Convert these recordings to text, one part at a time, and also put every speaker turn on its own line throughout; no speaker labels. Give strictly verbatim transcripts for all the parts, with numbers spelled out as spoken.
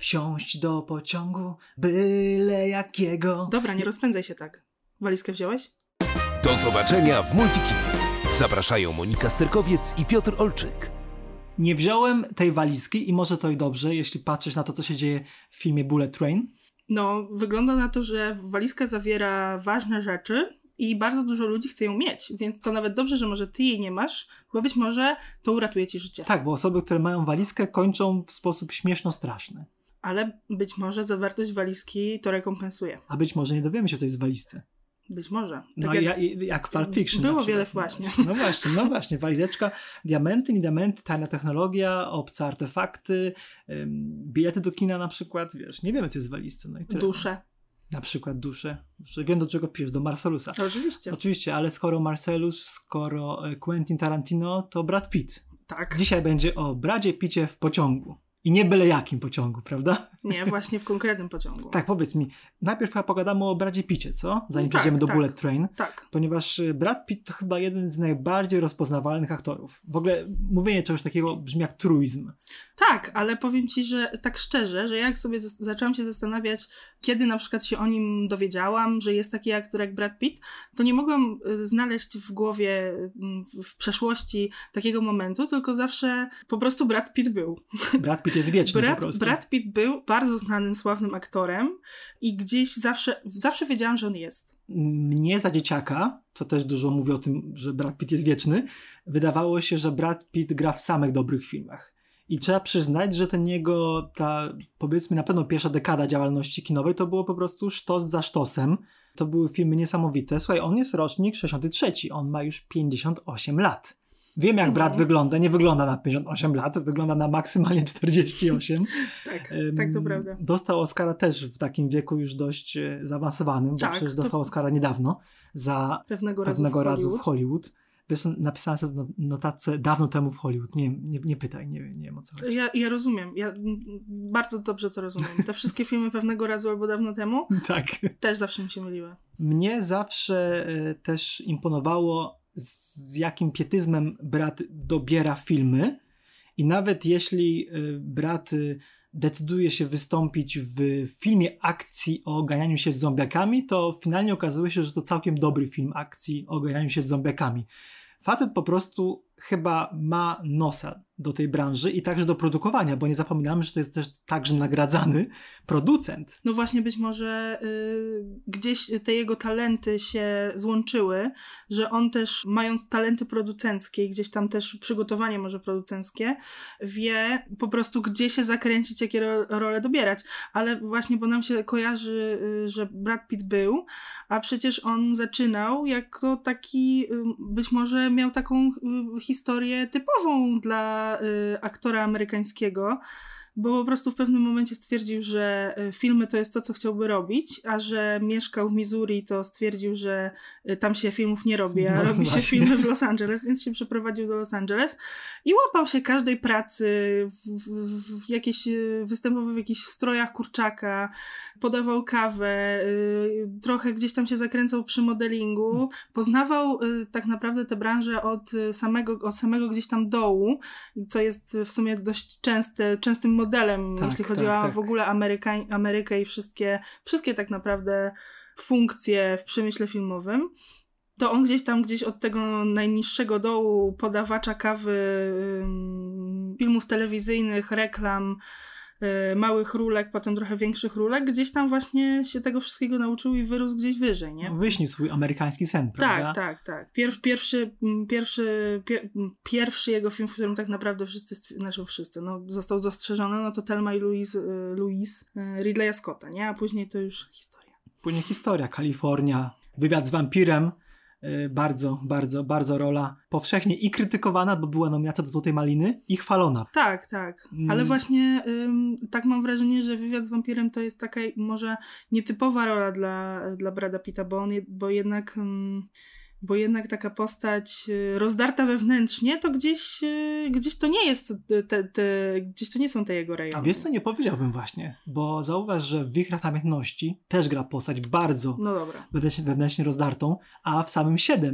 wsiąść do pociągu, byle jakiego.
Dobra, nie rozpędzaj się tak. Walizkę wziąłeś?
Do zobaczenia w Multikinie. Zapraszają Monika Sterkowiec i Piotr Olczyk.
Nie wziąłem tej walizki i może to i dobrze, jeśli patrzysz na to, co się dzieje w filmie Bullet Train.
No, wygląda na to, że walizka zawiera ważne rzeczy i bardzo dużo ludzi chce ją mieć, więc to nawet dobrze, że może ty jej nie masz, bo być może to uratuje ci życie.
Tak, bo osoby, które mają walizkę, kończą w sposób śmieszno-straszny.
Ale być może zawartość walizki to rekompensuje.
A być może nie dowiemy się, co jest w walizce.
Być może. Tak
no
jak,
ja, jak w Pulp Fiction.
Było wiele właśnie.
No właśnie, no właśnie. Walizeczka, diamenty, nie diamenty, tajna technologia, obce artefakty, ym, bilety do kina na przykład, wiesz, nie wiemy, co jest w walizce. No i tyle.
Dusze.
Na przykład dusze. Wiem, do czego pijesz, do Marcelusa.
Oczywiście.
Oczywiście, ale skoro Marcelus, skoro Quentin Tarantino, to Brad Pitt.
Tak.
Dzisiaj będzie o Bradzie Pitcie w pociągu. I nie byle jakim pociągu, prawda?
Nie, właśnie w konkretnym pociągu.
Tak, powiedz mi, najpierw chyba pogadamy o Bradzie Pitcie, co? Zanim
tak,
przejdziemy do
tak,
Bullet Train.
Tak.
Ponieważ Brad Pitt to chyba jeden z najbardziej rozpoznawalnych aktorów. W ogóle mówienie czegoś takiego brzmi jak truizm.
Tak, ale powiem ci, że tak szczerze, że jak sobie z- zaczęłam się zastanawiać, kiedy na przykład się o nim dowiedziałam, że jest taki aktor jak Brad Pitt, to nie mogłam y, znaleźć w głowie, y, w przeszłości takiego momentu, tylko zawsze po prostu Brad Pitt był.
Brad Pitt jest wieczny
Brad,
po prostu.
Brad Pitt był bardzo znanym, sławnym aktorem i gdzieś zawsze, zawsze wiedziałam, że on jest.
Mnie za dzieciaka, co też dużo mówi o tym, że Brad Pitt jest wieczny, wydawało się, że Brad Pitt gra w samych dobrych filmach. I trzeba przyznać, że ten jego, ta powiedzmy na pewno pierwsza dekada działalności kinowej to było po prostu sztos za sztosem. To były filmy niesamowite. Słuchaj, on jest rocznik sześćdziesiąty trzeci, on ma już pięćdziesiąt osiem lat. Wiem, jak brat no. wygląda. Nie wygląda na pięćdziesiąt osiem lat, wygląda na maksymalnie czterdzieści osiem.
tak, um, tak to prawda.
Dostał Oscara też w takim wieku już dość zaawansowanym, bo
tak,
przecież dostał Oscara niedawno za
pewnego,
pewnego
razu,
razu
w
w Hollywood. Wiesz, napisałem sobie w notatce dawno temu w Hollywood. Nie, nie, nie pytaj, nie, nie wiem o co chodzi.
Ja, ja rozumiem. Ja bardzo dobrze to rozumiem. Te wszystkie filmy pewnego razu albo dawno temu
tak.
też zawsze mi się myliły.
Mnie zawsze y, też imponowało, z, z jakim pietyzmem brat dobiera filmy i nawet jeśli y, brat y, decyduje się wystąpić w filmie akcji o ganianiu się z zombiakami, to finalnie okazuje się, że to całkiem dobry film akcji o ganianiu się z zombiakami. Facet po prostu chyba ma nosa do tej branży i także do produkowania, bo nie zapominamy, że to jest też także nagradzany producent.
No właśnie, być może y, gdzieś te jego talenty się złączyły, że on też, mając talenty producenckie, gdzieś tam też przygotowanie może producenckie, wie po prostu, gdzie się zakręcić, jakie ro- role dobierać. Ale właśnie, bo nam się kojarzy, y, że Brad Pitt był, a przecież on zaczynał jako taki, y, być może miał taką y, historię typową dla y, aktora amerykańskiego, bo po prostu w pewnym momencie stwierdził, że filmy to jest to, co chciałby robić, a że mieszkał w Missouri, to stwierdził, że tam się filmów nie robi, a
no
robi
właśnie.
się filmy w Los Angeles, więc się przeprowadził do Los Angeles i łapał się każdej pracy, w, w, w jakieś, występował w jakichś strojach kurczaka, podawał kawę, trochę gdzieś tam się zakręcał przy modelingu, poznawał tak naprawdę tę branżę od samego, od samego gdzieś tam dołu, co jest w sumie dość częste, częstym modelem,
tak,
jeśli chodzi
tak,
o
tak.
w ogóle Ameryka, Amerykę i wszystkie, wszystkie tak naprawdę funkcje w przemyśle filmowym, to on gdzieś tam, gdzieś od tego najniższego dołu podawacza kawy, ym, filmów telewizyjnych, reklam, y, małych rólek, potem trochę większych rólek, gdzieś tam właśnie się tego wszystkiego nauczył i wyrósł gdzieś wyżej, nie?
No, wyśnił swój amerykański sen, prawda?
Tak, tak, tak. Pier, pierwszy, pierwszy, pier, pierwszy jego film, w którym tak naprawdę wszyscy, stw- znaczy wszyscy, no, został dostrzeżony, no to Thelma i Louise, y, Louise y, Ridleya Scotta, nie? A później to już historia.
Później historia, Kalifornia, wywiad z wampirem, yy, bardzo, bardzo, bardzo rola powszechnie i krytykowana, bo była nominacja do Złotej Maliny i chwalona.
Tak, tak.
Mm.
Ale właśnie ym, tak mam wrażenie, że wywiad z wampirem to jest taka może nietypowa rola dla, dla Brada Pitta, bo on, je, bo jednak... Ym, bo jednak taka postać rozdarta wewnętrznie, to gdzieś, gdzieś to nie jest, te, te, gdzieś to nie są te jego rejony.
A wiesz co, nie powiedziałbym właśnie, bo zauważ, że w Wichrach Namiętności też gra postać bardzo
no dobra.
wewnętrznie, wewnętrznie rozdartą, a w samym siedem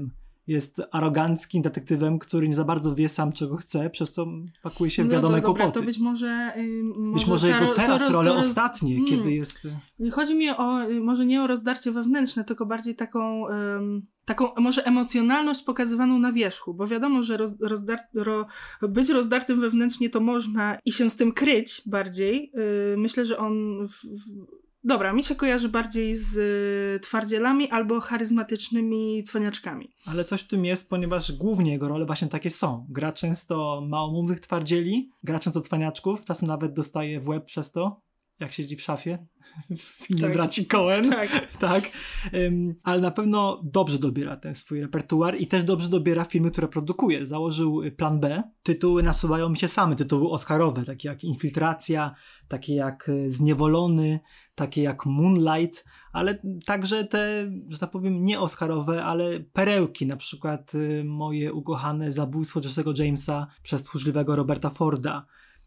jest aroganckim detektywem, który nie za bardzo wie sam, czego chce, przez co pakuje się w wiadome
no to, dobra,
kłopoty.
to być może... Yy, może
być może
ta,
jego teraz
to,
role
to,
ostatnie, hmm. kiedy jest...
Chodzi mi o, może nie o rozdarcie wewnętrzne, tylko bardziej taką... Yy, taką może emocjonalność pokazywaną na wierzchu, bo wiadomo, że roz, rozdar, ro, być rozdartym wewnętrznie to można i się z tym kryć bardziej. Yy, myślę, że on... W, w, Dobra, mi się kojarzy bardziej z y, twardzielami albo charyzmatycznymi cwaniaczkami.
Ale coś w tym jest, ponieważ głównie jego role właśnie takie są. Gra często małomównych twardzieli, gra często cwaniaczków, czasem nawet dostaje w łeb przez to, jak siedzi w szafie w filmie
tak.
braci Coen.
Tak.
tak. Um, ale na pewno dobrze dobiera ten swój repertuar i też dobrze dobiera filmy, które produkuje. Założył Plan B. Tytuły nasuwają mi się same, tytuły oscarowe, takie jak Infiltracja, takie jak Zniewolony, takie jak Moonlight, ale także te, że tak powiem, nie oscarowe, ale perełki, na przykład y, moje ukochane Zabójstwo Jesse'ego Jamesa przez tchórzliwego Roberta Forda.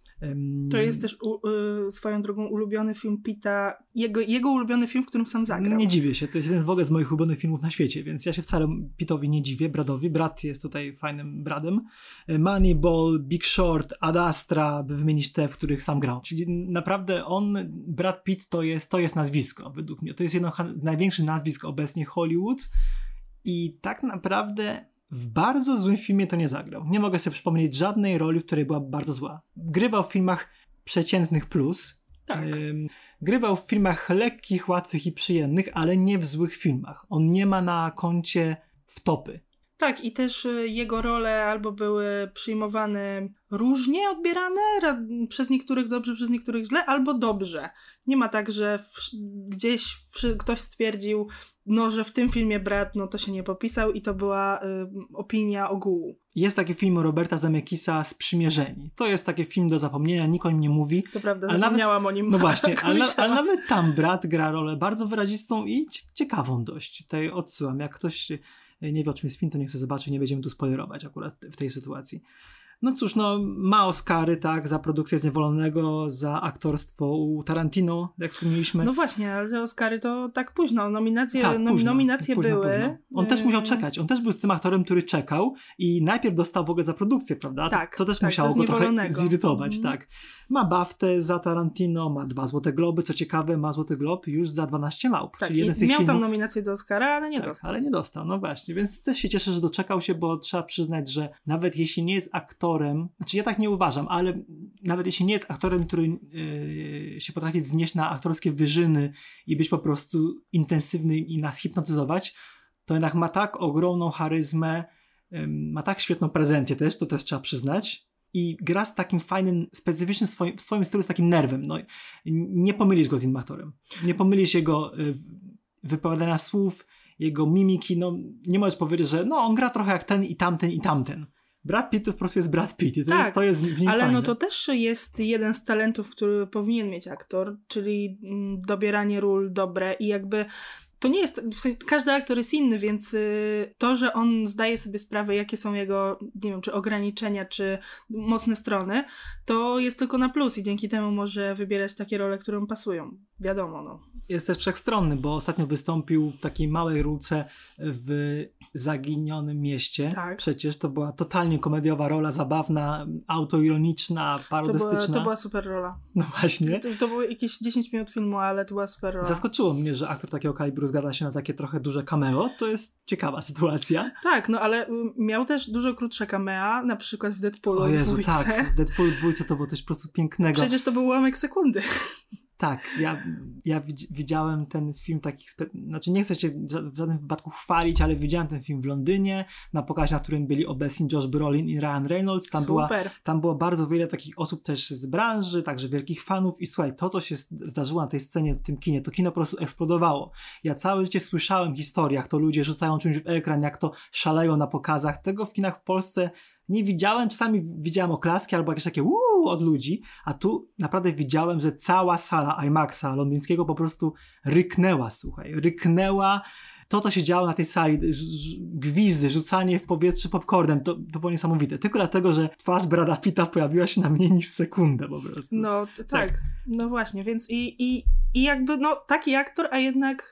To jest też u, y, swoją drogą ulubiony film Pitta, jego, jego ulubiony film, w którym sam zagrał.
Nie dziwię się, to jest jeden w ogóle z moich ulubionych filmów na świecie, więc ja się wcale Pittowi nie dziwię, Bradowi. Brad jest tutaj fajnym Bradem. Moneyball, Big Short, Ad Astra, by wymienić te, w których sam grał. Czyli naprawdę on, Brad Pitt to jest, to jest nazwisko, według mnie. To jest jedno z największych nazwisk obecnie Hollywood i tak naprawdę w bardzo złym filmie to nie zagrał. Nie mogę sobie przypomnieć żadnej roli, w której była bardzo zła. Grywał w filmach przeciętnych plus.
Tak.
Ym, grywał w filmach lekkich, łatwych i przyjemnych, ale nie w złych filmach. On nie ma na koncie wtopy.
Tak, i też jego role albo były przyjmowane różnie odbierane, przez niektórych dobrze, przez niektórych źle, albo dobrze. Nie ma tak, że w, gdzieś w, ktoś stwierdził, no, że w tym filmie Brad, no to się nie popisał i to była y, opinia ogółu.
Jest taki film Roberta Zemeckisa Sprzymierzeni. To jest taki film do zapomnienia, nikt o nim nie mówi.
To prawda, zapomniałam
nawet,
o nim.
No właśnie, ale, na, ale nawet tam Brad gra rolę bardzo wyrazistą i ciekawą dość. Tutaj odsyłam, jak ktoś nie wie, o czym jest film, to nie chce zobaczyć, nie będziemy tu spoilerować akurat w tej sytuacji. No cóż, no ma Oscary, tak, za produkcję Zniewolonego, za aktorstwo u Tarantino, jak wspomnieliśmy.
No właśnie, ale te Oscary to tak późno, nominacje,
tak,
no,
późno,
nominacje
późno,
były.
Późno. On też musiał czekać, on też był tym aktorem, który czekał i najpierw dostał w ogóle za produkcję, prawda?
Tak,
to, to też
tak,
musiało go trochę zirytować, mm. tak. Ma BAFTę za Tarantino, ma dwa Złote Globy, co ciekawe, ma Złoty Glob już za dwanaście małp.
Tak,
czyli jeden z tych
miał
filmów...
tam nominację do Oscara, ale nie
tak,
dostał.
ale nie dostał, no właśnie, więc też się cieszę, że doczekał się, bo trzeba przyznać, że nawet jeśli nie jest aktorem, znaczy ja tak nie uważam, ale nawet jeśli nie jest aktorem, który yy, się potrafi wznieść na aktorskie wyżyny i być po prostu intensywny i nas hipnotyzować, to jednak ma tak ogromną charyzmę, yy, ma tak świetną prezencję też, to też trzeba przyznać. I gra z takim fajnym, specyficznym swoim, w swoim stylu, z takim nerwem. No, nie pomylisz go z innym aktorem. Nie pomylisz jego y, wypowiadania słów, jego mimiki. No, nie możesz powiedzieć, że no, on gra trochę jak ten i tamten i tamten. Brad Pitt to po prostu jest Brad Pitt. I to,
tak,
jest, to jest w nim
ale
fajne.
no to też jest jeden z talentów, który powinien mieć aktor, czyli mm, dobieranie ról dobre i jakby to nie jest, w sensie, każdy aktor jest inny, więc y, to, że on zdaje sobie sprawę, jakie są jego, nie wiem, czy ograniczenia, czy mocne strony, to jest tylko na plus i dzięki temu może wybierać takie role, które mu pasują. Wiadomo, no.
Jest też wszechstronny, bo ostatnio wystąpił w takiej małej rólce w Zaginionym mieście.
Tak.
Przecież to była totalnie komediowa rola, zabawna, autoironiczna, parodystyczna.
To była, to była super rola.
No właśnie.
To, to było jakieś dziesięć minut filmu, ale to była super rola.
Zaskoczyło mnie, że aktor takiego kalibru zgadza się na takie trochę duże cameo. To jest ciekawa sytuacja.
Tak, no ale miał też dużo krótsze camea, na przykład w Deadpoolu
o Jezu,
dwójce.
tak. Deadpool dwójce to było też po prostu pięknego.
Przecież to był ułamek sekundy.
Tak, ja, ja widziałem ten film takich, spe... znaczy nie chcę się w żadnym wypadku chwalić, ale widziałem ten film w Londynie, na pokazie, na którym byli obecni Josh Brolin i Ryan Reynolds. Tam, była, tam było bardzo wiele takich osób też z branży, także wielkich fanów i słuchaj, to co się zdarzyło na tej scenie, w tym kinie, to kino po prostu eksplodowało. Ja całe życie słyszałem historię, jak to ludzie rzucają czymś w ekran, jak to szaleją na pokazach. Tego w kinach w Polsce nie widziałem, czasami widziałem oklaski albo jakieś takie uuu od ludzi, a tu naprawdę widziałem, że cała sala IMAXa londyńskiego po prostu ryknęła, słuchaj, ryknęła. To, co się działo na tej sali, gwizdy, rzucanie w powietrze popcornem, to, to było niesamowite. Tylko dlatego, że twarz Brada Pitta pojawiła się na mniej niż sekundę po prostu.
No, t- tak. tak. No właśnie, więc i, i, i jakby, no, taki aktor, a jednak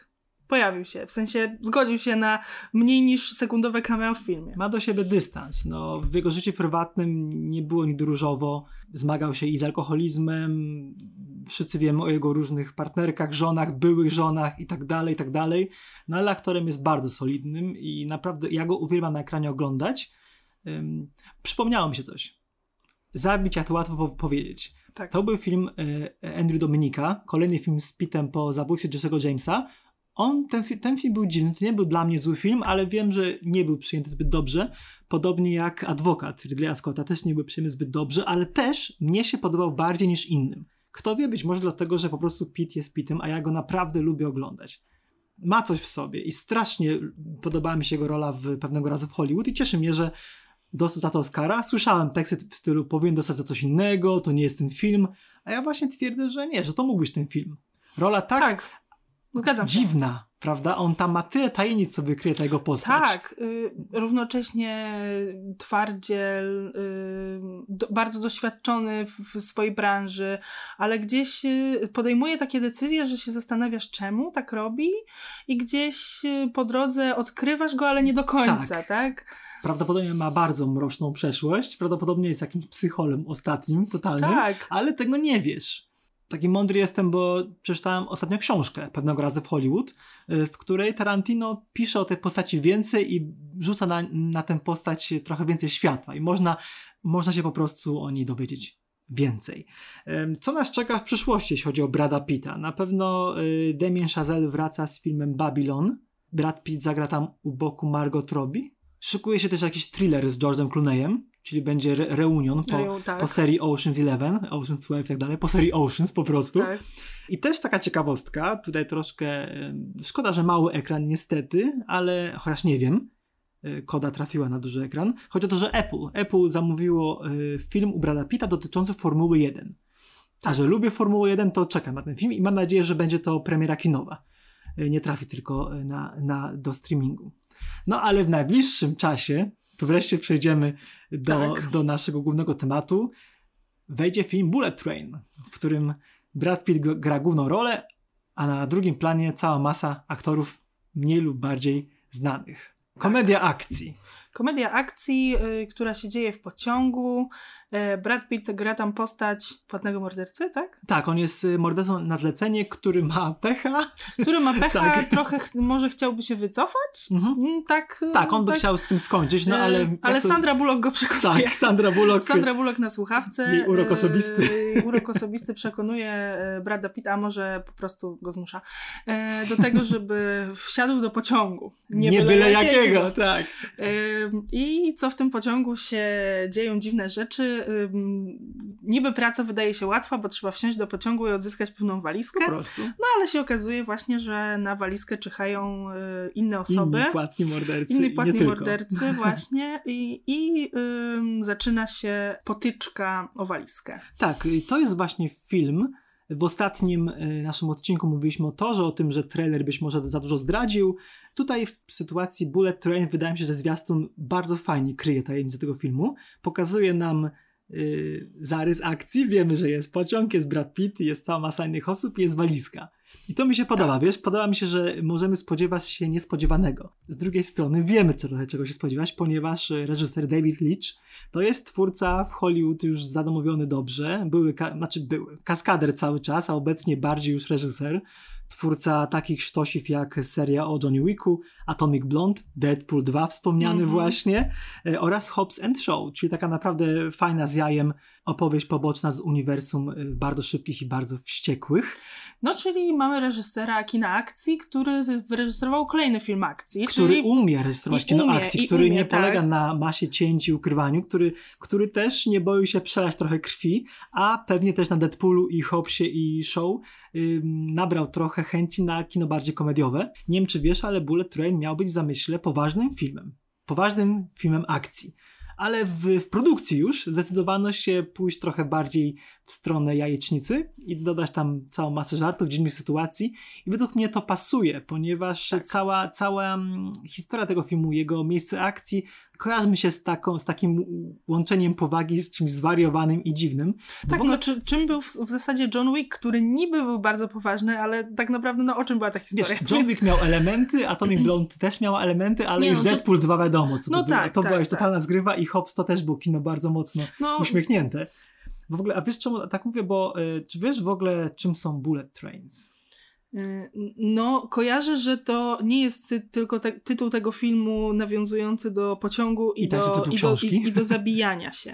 Pojawił się, w sensie zgodził się na mniej niż sekundowe cameo w filmie.
Ma do siebie dystans. No, w jego życiu prywatnym nie było nigdy różowo. Zmagał się i z alkoholizmem. Wszyscy wiemy o jego różnych partnerkach, żonach, byłych żonach i tak dalej, i tak dalej. No ale aktorem jest bardzo solidnym i naprawdę ja go uwielbiam na ekranie oglądać. Um, przypomniało mi się coś. Zabić, jak to łatwo po- powiedzieć.
Tak.
To był film e, Andrew Dominika, kolejny film z Pittem po zabójstwie Jesse'ego Jamesa. On, ten, fi- ten film był dziwny, to nie był dla mnie zły film, ale wiem, że nie był przyjęty zbyt dobrze. Podobnie jak Adwokat Ridleya Scotta też nie był przyjęty zbyt dobrze, ale też mnie się podobał bardziej niż innym. Kto wie, być może dlatego, że po prostu Pitt jest Pittem, a ja go naprawdę lubię oglądać. Ma coś w sobie i strasznie podobała mi się jego rola w Pewnego razu w Hollywood i cieszy mnie, że dostał za to Oscara. Słyszałem teksty w stylu powinien dostać za coś innego, to nie jest ten film, a ja właśnie twierdzę, że nie, że to mógł być ten film. Rola tak,
Tak, zgadzam się.
dziwna, prawda? On tam ma tyle tajemnic, co wykryje ta jego postać.
Tak, y, równocześnie twardziel, y, do, bardzo doświadczony w, w swojej branży, ale gdzieś y, podejmuje takie decyzje, że się zastanawiasz, czemu tak robi i gdzieś y, po drodze odkrywasz go, ale nie do końca, tak? tak?
Prawdopodobnie ma bardzo mroczną przeszłość, prawdopodobnie jest jakimś psycholem ostatnim, totalnym,
Tak.
ale tego nie wiesz. Taki mądry jestem, bo przeczytałem ostatnio książkę Pewnego razu w Hollywood, w której Tarantino pisze o tej postaci więcej i rzuca na, na tę postać trochę więcej światła i można, można się po prostu o niej dowiedzieć więcej. Co nas czeka w przyszłości, jeśli chodzi o Brada Pitta? Na pewno Damien Chazelle wraca z filmem Babylon. Brad Pitt zagra tam u boku Margot Robbie. Szykuje się też jakiś thriller z George'em Clooney'em, czyli będzie re- reunion po,
Reu, tak.
po serii Ocean's Eleven, Ocean's Twelve i tak dalej, po serii Oceans po prostu.
Tak.
I też taka ciekawostka, tutaj troszkę y, szkoda, że mały ekran niestety, ale chociaż nie wiem, y, koda trafiła na duży ekran. Chodzi o to, że Apple, Apple zamówiło y, film u Brada Pitta dotyczący Formuły jeden.
Tak.
A że lubię Formułę jeden, to czekam na ten film i mam nadzieję, że będzie to premiera kinowa. Y, nie trafi tylko y, na, na, do streamingu. No ale w najbliższym czasie, to wreszcie przejdziemy do,
Tak.
do naszego głównego tematu, wejdzie film Bullet Train, w którym Brad Pitt g- gra główną rolę, a na drugim planie cała masa aktorów mniej lub bardziej znanych. Komedia akcji.
Komedia akcji, y, która się dzieje w pociągu. Y, Brad Pitt gra tam postać płatnego mordercy, tak?
Tak, on jest y, mordercą na zlecenie, który ma pecha.
Który ma pecha,
Tak.
trochę ch- może chciałby się wycofać.
Mhm.
Mm, Tak,
Tak, on by
tak.
chciał z tym skończyć, no
Y,
ale... jak
ale
to-
Sandra Bullock go przekonuje.
Tak, Sandra Bullock.
Sandra Bullock na słuchawce.
Jej urok osobisty.
Yy, urok osobisty przekonuje yy, Brada Pitta, a może po prostu go zmusza, yy, do tego, żeby wsiadł do pociągu.
Nie, nie byle jakiego, jakiego tak.
Yy, I co w tym pociągu się dzieją dziwne rzeczy. Yy, niby praca wydaje się łatwa, bo trzeba wsiąść do pociągu i odzyskać pewną walizkę.
Po prostu.
No ale się okazuje właśnie, że na walizkę czyhają yy, inne osoby.
Inni płatni mordercy.
Inni
i nie
płatni
tylko.
mordercy, właśnie. I, i ym, zaczyna się potyczka o walizkę.
Tak, i to jest właśnie film. W ostatnim y, naszym odcinku mówiliśmy o to, że o tym, że trailer być może za dużo zdradził. Tutaj w sytuacji Bullet Train wydaje mi się, że zwiastun bardzo fajnie kryje tajemnicę tego filmu. Pokazuje nam y, zarys akcji. Wiemy, że jest pociąg, jest Brad Pitt, jest cała masa innych osób i jest walizka. I to mi się podoba,
Tak.
wiesz? Podoba mi się, że możemy spodziewać się niespodziewanego. Z drugiej strony wiemy, co trochę czego się spodziewać, ponieważ reżyser David Leitch to jest twórca w Hollywood już zadomowiony dobrze. Były, ka- znaczy były, kaskader cały czas, a obecnie bardziej już reżyser. Twórca takich sztosów jak seria o Johnny Wicku, Atomic Blonde, Deadpool dwa wspomniany
Mhm.
właśnie e, oraz Hobbs and Shaw, czyli taka naprawdę fajna z jajem opowieść poboczna z uniwersum e, bardzo szybkich i bardzo wściekłych.
No, czyli mamy reżysera kina akcji, który wyreżyserował kolejny film akcji.
Który
czyli...
umie rejestrować
i
kino
umie,
akcji,
i
który
umie,
nie polega
tak.
na masie cięć i ukrywaniu, który, który też nie boi się przelać trochę krwi, a pewnie też na Deadpoolu i Hobbsie i Shaw ym, nabrał trochę chęci na kino bardziej komediowe. Nie wiem, czy wiesz, ale Bullet Train miał być w zamyśle poważnym filmem. Poważnym filmem akcji. Ale w, w produkcji już zdecydowano się pójść trochę bardziej w stronę jajecznicy i dodać tam całą masę żartów, dziwnych sytuacji i według mnie to pasuje, ponieważ
Tak.
cała, cała mm, historia tego filmu, jego miejsce akcji kojarzy mi się z, taką, z takim łączeniem powagi z czymś zwariowanym i dziwnym.
Tak,
w ogóle...
no czy, czym był w, w zasadzie John Wick, który niby był bardzo poważny, ale tak naprawdę no o czym była ta historia?
Wiesz, John Wick miał elementy, Atomic Blonde też miała elementy, ale
Nie,
już
no to...
Deadpool dwa wiadomo, co
no
to
tak,
było. To
tak,
była już
tak.
totalna zgrywa i Hobbs to też było kino bardzo mocno no... uśmiechnięte. W ogóle, a wiesz czemu tak mówię, bo y, czy wiesz w ogóle czym są bullet trains?
No, kojarzę, że to nie jest ty- tylko te- tytuł tego filmu nawiązujący do pociągu i,
I
do,
tytuł
i, do,
książki.
i, i do zabijania się.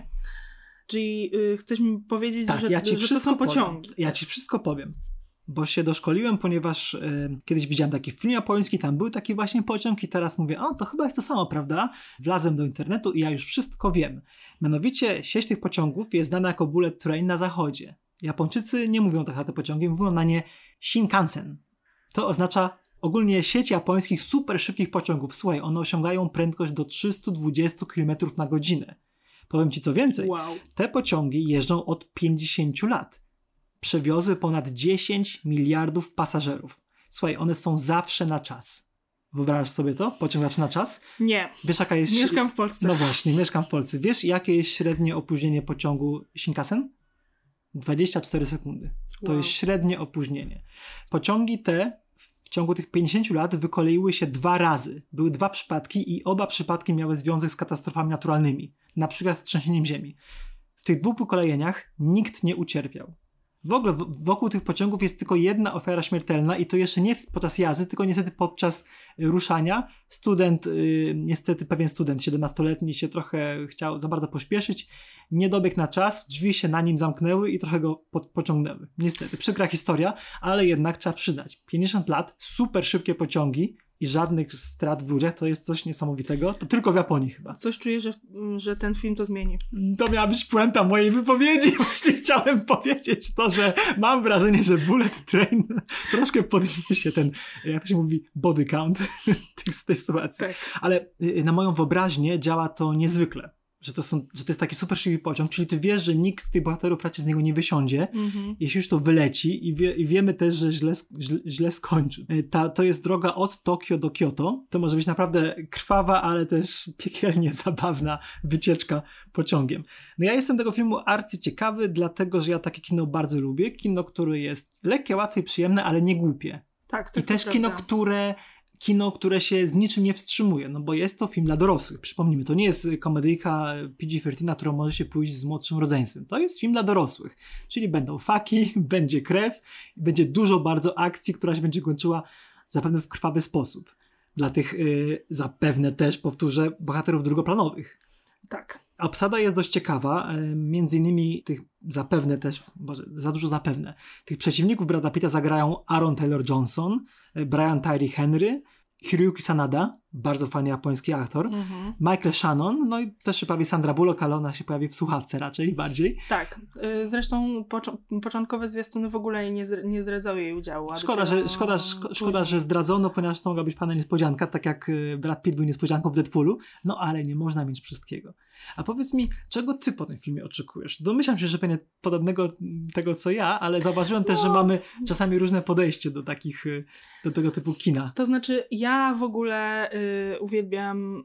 Czyli y, chcesz mi powiedzieć,
tak,
że,
ja ci
że to są
powiem.
pociągi.
Ja ci wszystko powiem. Bo się doszkoliłem, ponieważ y, kiedyś widziałem taki film japoński, tam był taki właśnie pociąg i teraz mówię, o to chyba jest to samo, prawda? Wlazłem do internetu i ja już wszystko wiem. Mianowicie sieć tych pociągów jest znana jako bullet train na zachodzie. Japończycy nie mówią tak na te pociągi, mówią na nie Shinkansen. To oznacza ogólnie sieć japońskich super szybkich pociągów. Słuchaj, one osiągają prędkość do trzysta dwadzieścia kilometrów na godzinę. Powiem ci co więcej.
Wow.
Te pociągi jeżdżą od pięćdziesięciu lat. Przewiozły ponad dziesięć miliardów pasażerów. Słuchaj, one są zawsze na czas. Wyobrażasz sobie to? Pociąg zawsze na czas?
Nie.
Wiesz, jaka jest...
Mieszkam w Polsce.
No właśnie, mieszkam w Polsce. Wiesz, jakie jest średnie opóźnienie pociągu Shinkansen? dwadzieścia cztery sekundy. To
Wow.
jest średnie opóźnienie. Pociągi te w ciągu tych pięćdziesięciu lat wykoleiły się dwa razy. Były dwa przypadki i oba przypadki miały związek z katastrofami naturalnymi. Na przykład z trzęsieniem ziemi. W tych dwóch wykolejeniach nikt nie ucierpiał. W ogóle w- wokół tych pociągów jest tylko jedna ofiara śmiertelna i to jeszcze nie w- podczas jazdy, tylko niestety podczas y, ruszania. Student, y, niestety pewien student siedemnastoletni się trochę chciał za bardzo pośpieszyć, nie dobiegł na czas, drzwi się na nim zamknęły i trochę go po- pociągnęły. Niestety, przykra historia, ale jednak trzeba przyznać. pięćdziesiąt lat, super szybkie pociągi i żadnych strat w ludziach, to jest coś niesamowitego. To tylko w Japonii chyba.
Coś czuję, że, że ten film to zmieni.
To miała być puenta mojej wypowiedzi. Właśnie chciałem powiedzieć to, że mam wrażenie, że Bullet Train troszkę podniesie ten, jak to się mówi, body count z tej sytuacji.
Tak.
Ale y, na moją wyobraźnię działa to niezwykle. Że to, są, że to jest taki super szybki pociąg, czyli ty wiesz, że nikt z tych bohaterów raczej z niego nie wysiądzie,
Mhm.
jeśli już to wyleci i, wie, i wiemy też, że źle, źle, źle skończy. Y, Ta, to jest droga od Tokio do Kyoto. To może być naprawdę krwawa, ale też piekielnie zabawna wycieczka pociągiem. No ja jestem tego filmu arcyciekawy, dlatego, że ja takie kino bardzo lubię. Kino, które jest lekkie, łatwe i przyjemne, ale nie głupie.
Tak, to
I też kino, które... Kino, które się z niczym nie wstrzymuje, no bo jest to film dla dorosłych. Przypomnijmy, to nie jest komedyjka P G trzynaście, na którą może się pójść z młodszym rodzeństwem. To jest film dla dorosłych. Czyli będą faki, będzie krew, będzie dużo bardzo akcji, która się będzie kończyła zapewne w krwawy sposób. Dla tych yy, zapewne też, powtórzę, bohaterów drugoplanowych.
Tak.
Obsada jest dość ciekawa, yy, między innymi tych zapewne też, boże, za dużo zapewne, tych przeciwników Brada Pitta zagrają Aaron Taylor-Johnson, yy, Brian Tyree Henry, Hiroyuki Sanada, bardzo fajny japoński aktor,
Mhm.
Michael Shannon, no i też się pojawi Sandra Bullock, ale ona się pojawi w słuchawce raczej bardziej.
Tak. Y, Zresztą poczo- początkowe zwiastuny w ogóle nie, zre- nie zdradzały jej udziału. a
Szkoda,
dopiero
że, szkoda, szko- szkoda,
później.
że zdradzono, ponieważ to mogła być fajna niespodzianka, tak jak y, Brad Pitt był niespodzianką w Deadpoolu, no ale nie można mieć wszystkiego. A powiedz mi, czego ty po tym filmie oczekujesz? Domyślam się, że pewnie podobnego tego, co ja, ale zauważyłem też, że
No.
mamy czasami różne podejście do takich, y, do tego typu kina.
To znaczy, ja w ogóle y, uwielbiam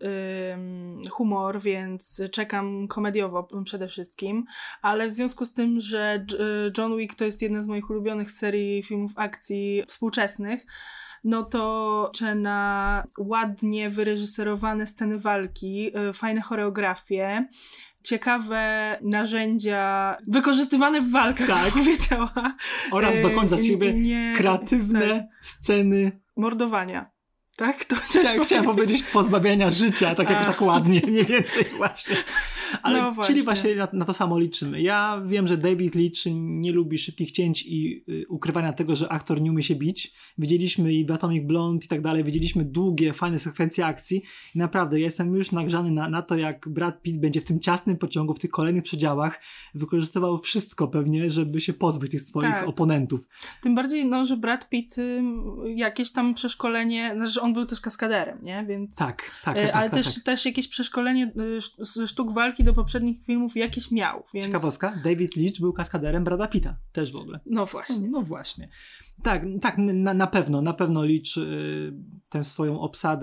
y, humor, więc czekam komediowo przede wszystkim, ale w związku z tym, że J- John Wick to jest jedna z moich ulubionych serii filmów akcji współczesnych, no to czy na ładnie wyreżyserowane sceny walki, y, fajne choreografie, ciekawe narzędzia wykorzystywane w walkach,
Tak.
jak powiedziała.
Oraz
Y,
do końca ciebie
nie-
kreatywne
tak.
sceny.
Mordowania. Tak? To
Chciałem, chciałem powiedzieć pozbawiania życia, tak jak
A.
tak ładnie, mniej więcej właśnie. Ale
No
czyli
właśnie.
właśnie na, na to samo liczymy. Ja wiem, że David Leitch nie lubi szybkich cięć i y, ukrywania tego, że aktor nie umie się bić. Widzieliśmy i w Atomic Blonde i tak dalej, widzieliśmy długie, fajne sekwencje akcji i naprawdę ja jestem już nagrzany na, na to, jak Brad Pitt będzie w tym ciasnym pociągu, w tych kolejnych przedziałach wykorzystywał wszystko pewnie, żeby się pozbyć tych swoich
Tak.
oponentów.
Tym bardziej, no, że Brad Pitt y, jakieś tam przeszkolenie, znaczy on był też kaskaderem, nie? Więc,
Tak, tak,
y,
tak,
ale
tak,
też,
tak.
też jakieś przeszkolenie y, sz- sztuk walki do poprzednich filmów jakieś miał, więc...
Ciekawostka, David Leitch był kaskaderem Brada Pitta, też w ogóle.
No właśnie.
No właśnie. Tak, tak na, na pewno, na pewno Leitch y, tę swoją obsadę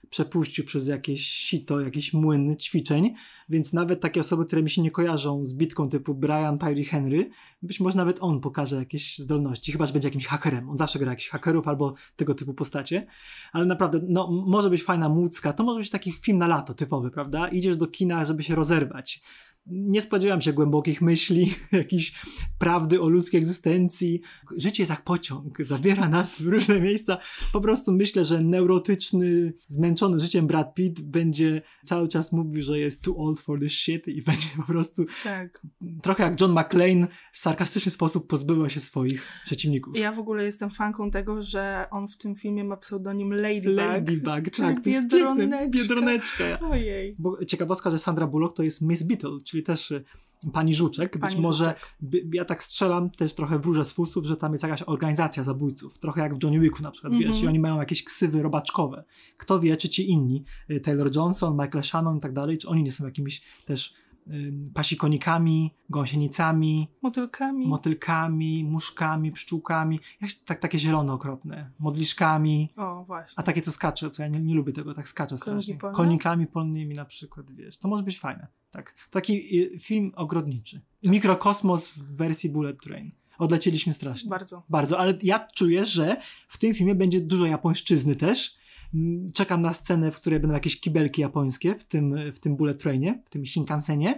przepuścił przez jakieś sito, jakiś młyn ćwiczeń, więc nawet takie osoby, które mi się nie kojarzą z bitką typu Brian Tyree Henry, być może nawet on pokaże jakieś zdolności, chyba że będzie jakimś hakerem. On zawsze gra jakichś hakerów albo tego typu postacie, ale naprawdę, no może być fajna mucka, to może być taki film na lato typowy, prawda? Idziesz do kina, żeby się rozerwać. Nie spodziewam się głębokich myśli, jakiejś prawdy o ludzkiej egzystencji. Życie jest jak pociąg, zabiera nas w różne miejsca. Po prostu myślę, że neurotyczny, zmęczony życiem Brad Pitt będzie cały czas mówił, że jest too old for this shit i będzie po prostu
tak.
trochę jak John McClane w sarkastyczny sposób pozbywał się swoich przeciwników.
Ja w ogóle jestem fanką tego, że on w tym filmie ma pseudonim Ladybug.
Ladybug, tak. To jest
biedroneczka.
Biedroneczka.
Ojej.
Bo ciekawostka, że Sandra Bullock to jest Miss Beetle, czyli też pani Żuczek.
Pani
Być może,
Żuczek.
by, ja tak strzelam, też trochę wróżę z fusów, że tam jest jakaś organizacja zabójców. Trochę jak w Johnny Wicku na przykład, mm-hmm. wiesz, i oni mają jakieś ksywy robaczkowe. Kto wie, czy ci inni, Taylor Johnson, Michael Shannon i tak dalej, czy oni nie są jakimiś też ym, pasikonikami, gąsienicami,
motylkami,
motylkami, muszkami, pszczółkami, jak, tak, takie zielone okropne, modliszkami.
O, właśnie.
A takie to skacze, co ja nie, nie lubię tego, tak skacze strasznie.
polne?
Konikami polnymi na przykład, wiesz. To może być fajne. Tak. Taki y, film ogrodniczy. Mikrokosmos w wersji Bullet Train. Odlecieliśmy strasznie.
Bardzo.
Bardzo, ale ja czuję, że w tym filmie będzie dużo japońszczyzny też. Czekam na scenę, w której będą jakieś kibelki japońskie w tym, w tym Bullet Trainie, w tym Shinkansenie.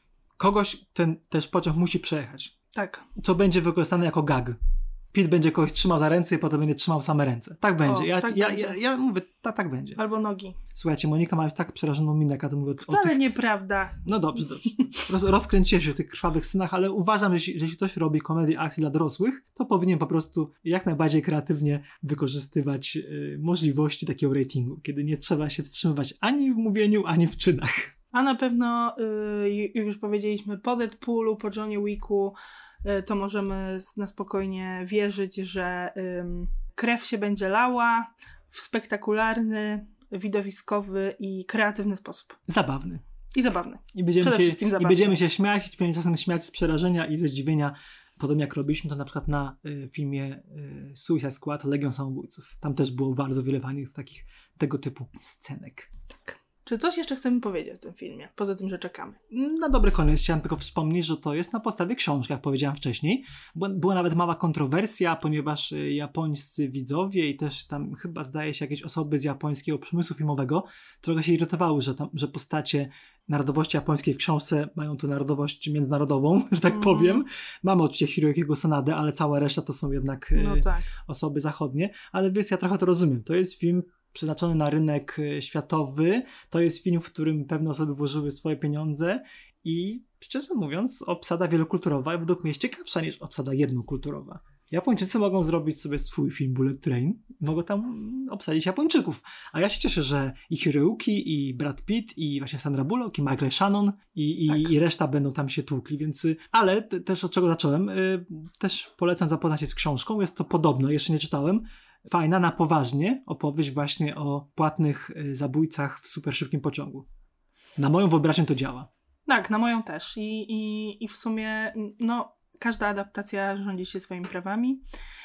Kogoś ten też pociąg musi przejechać.
Tak.
Co będzie wykorzystane jako gag. Pitt będzie kogoś trzymał za ręce i potem będzie trzymał same ręce. Tak będzie.
O,
ja,
tak
ja,
będzie.
Ja, ja mówię, tak, tak będzie.
Albo nogi.
Słuchajcie, Monika ma już tak przerażoną minę, jak ja to mówię.
Wcale
o tych...
nieprawda.
No dobrze, dobrze. Roz, rozkręciłem się w tych krwawych synach, ale uważam, że jeśli, że jeśli ktoś robi komedię akcji dla dorosłych, to powinien po prostu jak najbardziej kreatywnie wykorzystywać y, możliwości takiego ratingu, kiedy nie trzeba się wstrzymywać ani w mówieniu, ani w czynach.
A na pewno, y, jak już powiedzieliśmy, po Deadpoolu, po Johnny Wicku, y, to możemy na spokojnie wierzyć, że y, krew się będzie lała w spektakularny, widowiskowy i kreatywny sposób.
Zabawny.
I zabawny.
I będziemy,
Przede
się,
wszystkim
i
zabawny.
będziemy się śmiać, i będziemy czasem śmiać z przerażenia i ze zdziwienia. Podobnie jak robiliśmy to na przykład na y, filmie y, Suicide Squad, Legion Samobójców. Tam też było bardzo wiele fajnych takich tego typu scenek.
Tak. Czy coś jeszcze chcemy powiedzieć w tym filmie? Poza tym, że czekamy.
Na dobry koniec chciałem tylko wspomnieć, że to jest na podstawie książki, jak powiedziałem wcześniej. Była nawet mała kontrowersja, ponieważ japońscy widzowie i też tam chyba zdaje się jakieś osoby z japońskiego przemysłu filmowego trochę się irytowały, że, tam, że postacie narodowości japońskiej w książce mają tu narodowość międzynarodową, że tak mm. powiem. Mamy oczywiście Hiroyukiego Sanadę, ale cała reszta to są jednak
no tak.
osoby zachodnie. Ale wiesz, ja trochę to rozumiem. To jest film przeznaczony na rynek światowy. To jest film, w którym pewne osoby włożyły swoje pieniądze i szczerze mówiąc obsada wielokulturowa według mnie jest ciekawsza niż obsada jednokulturowa. Japończycy mogą zrobić sobie swój film Bullet Train, mogą tam obsadzić Japończyków. A ja się cieszę, że i Hiroyuki, i Brad Pitt, i właśnie Sandra Bullock, i Michael Shannon, i, i,
tak.
i reszta będą tam się tłukli, więc... Ale te, też od czego zacząłem, y, też polecam zapoznać się z książką, jest to podobno, jeszcze nie czytałem, fajna, na poważnie opowieść właśnie o płatnych y, zabójcach w super szybkim pociągu. Na moją wyobraźnię to działa.
Tak, na moją też. I, i, i w sumie no, każda adaptacja rządzi się swoimi prawami.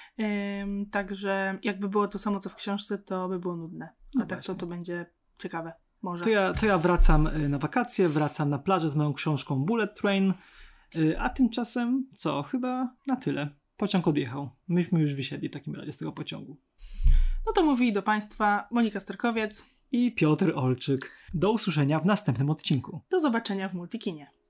Ym, także jakby było to samo co w książce, to by było nudne. A
No
tak to, to będzie ciekawe. Może.
To ja, to ja wracam y, na wakacje, wracam na plażę z moją książką Bullet Train, y, a tymczasem co? Chyba na tyle. Pociąg odjechał. Myśmy już wysiedli w takim razie z tego pociągu.
No to mówili do Państwa Monika Sterkowiec
i Piotr Olczyk. Do usłyszenia w następnym odcinku.
Do zobaczenia w Multikinie.